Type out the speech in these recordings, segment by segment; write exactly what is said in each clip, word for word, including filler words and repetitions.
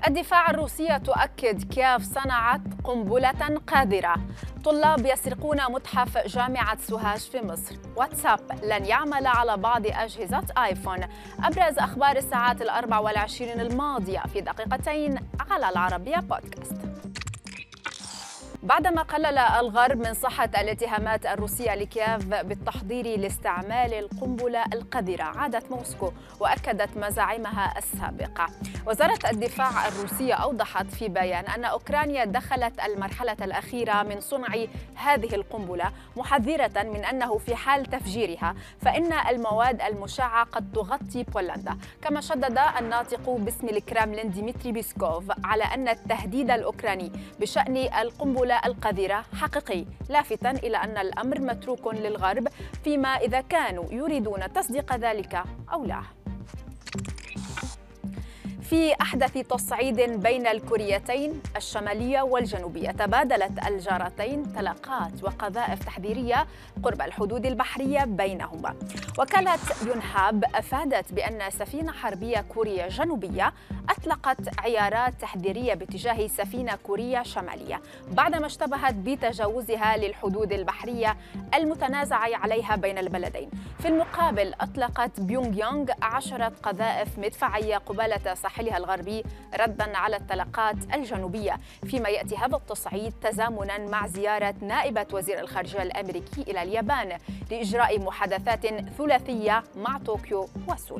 الدفاع الروسية تؤكد كييف صنعت قنبلة قاذرة. طلاب يسرقون متحف جامعة سوهاج في مصر. واتساب لن يعمل على بعض أجهزة آيفون. أبرز أخبار الساعات الأربع والعشرين الماضية في دقيقتين على العربية بودكاست. بعدما قلل الغرب من صحة الاتهامات الروسية لكييف بالتحضير لاستعمال القنبلة القذرة، عادت موسكو وأكدت مزاعمها السابقة. وزارة الدفاع الروسية أوضحت في بيان أن أوكرانيا دخلت المرحلة الأخيرة من صنع هذه القنبلة، محذرة من أنه في حال تفجيرها فإن المواد المشعة قد تغطي بولندا. كما شدد الناطق باسم الكرملين ديمتري بيسكوف على أن التهديد الأوكراني بشأن القنبلة القذرة حقيقي، لافتاً إلى أن الأمر متروك للغرب فيما إذا كانوا يريدون تصديق ذلك أو لا. في أحدث تصعيد بين الكوريتين الشمالية والجنوبية، تبادلت الجارتين طلقات وقذائف تحذيرية قرب الحدود البحرية بينهما. وكالة يونهاب أفادت بأن سفينة حربية كورية جنوبية أطلقت عيارات تحذيرية باتجاه سفينة كورية شمالية بعدما اشتبهت بتجاوزها للحدود البحرية المتنازع عليها بين البلدين. في المقابل أطلقت بيونغ يانغ عشرة قذائف مدفعية قبالة ساحلها الغربي رداً على الطلقات الجنوبية، فيما يأتي هذا التصعيد تزامناً مع زيارة نائبة وزير الخارجية الأمريكي إلى اليابان لإجراء محادثات ثلاثية مع طوكيو وسول.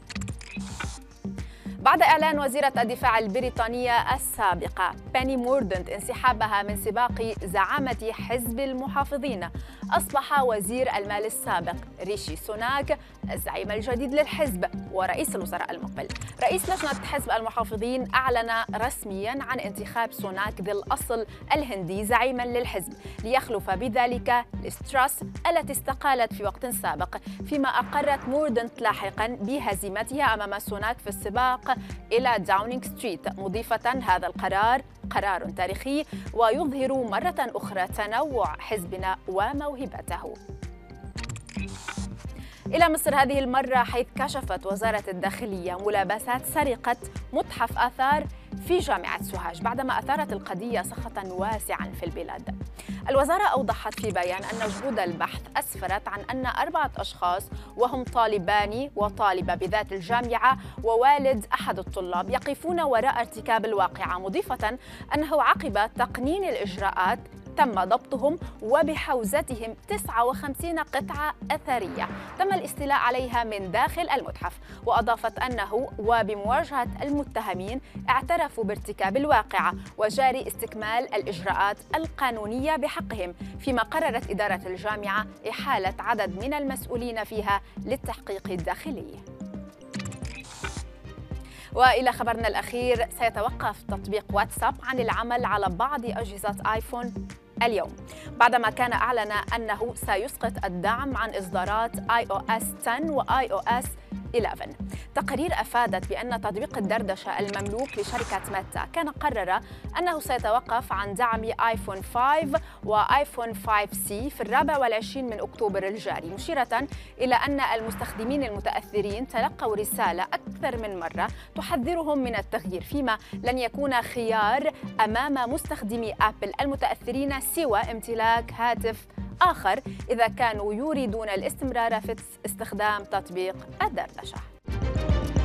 بعد إعلان وزيرة الدفاع البريطانية السابقة بيني موردنت انسحابها من سباق زعامة حزب المحافظين، أصبح وزير المال السابق ريشي سوناك الزعيم الجديد للحزب ورئيس الوزراء المقبل. رئيس لجنة حزب المحافظين أعلن رسمياً عن انتخاب سوناك ذي الأصل الهندي زعيماً للحزب، ليخلف بذلك ليز تراس التي استقالت في وقت سابق، فيما أقرت موردنت لاحقاً بهزيمتها أمام سوناك في السباق إلى داونينغ ستريت، مضيفة هذا القرار قرار تاريخي ويظهر مرة أخرى تنوع حزبنا وموهبته. إلى مصر هذه المرة، حيث كشفت وزارة الداخلية ملابسات سرقة متحف آثار في جامعة سوهاج بعدما أثارت القضية سخطاً واسعاً في البلاد. الوزارة أوضحت في بيان أن جهود البحث أسفرت عن أن أربعة أشخاص وهم طالبان وطالبة بذات الجامعة ووالد أحد الطلاب يقفون وراء ارتكاب الواقعة، مضيفة أنه عقب تقنين الإجراءات تم ضبطهم وبحوزتهم تسعة وخمسين قطعة أثرية تم الاستيلاء عليها من داخل المتحف. وأضافت أنه وبمواجهة المتهمين اعترفوا بارتكاب الواقعة وجاري استكمال الإجراءات القانونية بحقهم، فيما قررت إدارة الجامعة إحالة عدد من المسؤولين فيها للتحقيق الداخلي. وإلى خبرنا الأخير، سيتوقف تطبيق واتساب عن العمل على بعض أجهزة آيفون اليوم بعدما كان أعلن أنه سيسقط الدعم عن إصدارات آي أو إس عشرة و آي أو إس إحدى عشر. تقارير أفادت بأن تطبيق الدردشة المملوك لشركة ميتا كان قرر أنه سيتوقف عن دعم آيفون خمسة وآيفون خمسة سي في الرابع والعشرين من أكتوبر الجاري، مشيرة إلى أن المستخدمين المتأثرين تلقوا رسالة أكثر من مرة تحذرهم من التغيير، فيما لن يكون خيار أمام مستخدمي آبل المتأثرين سوى امتلاك هاتف آخر إذا كانوا يريدون الاستمرار في استخدام تطبيق الدردشة.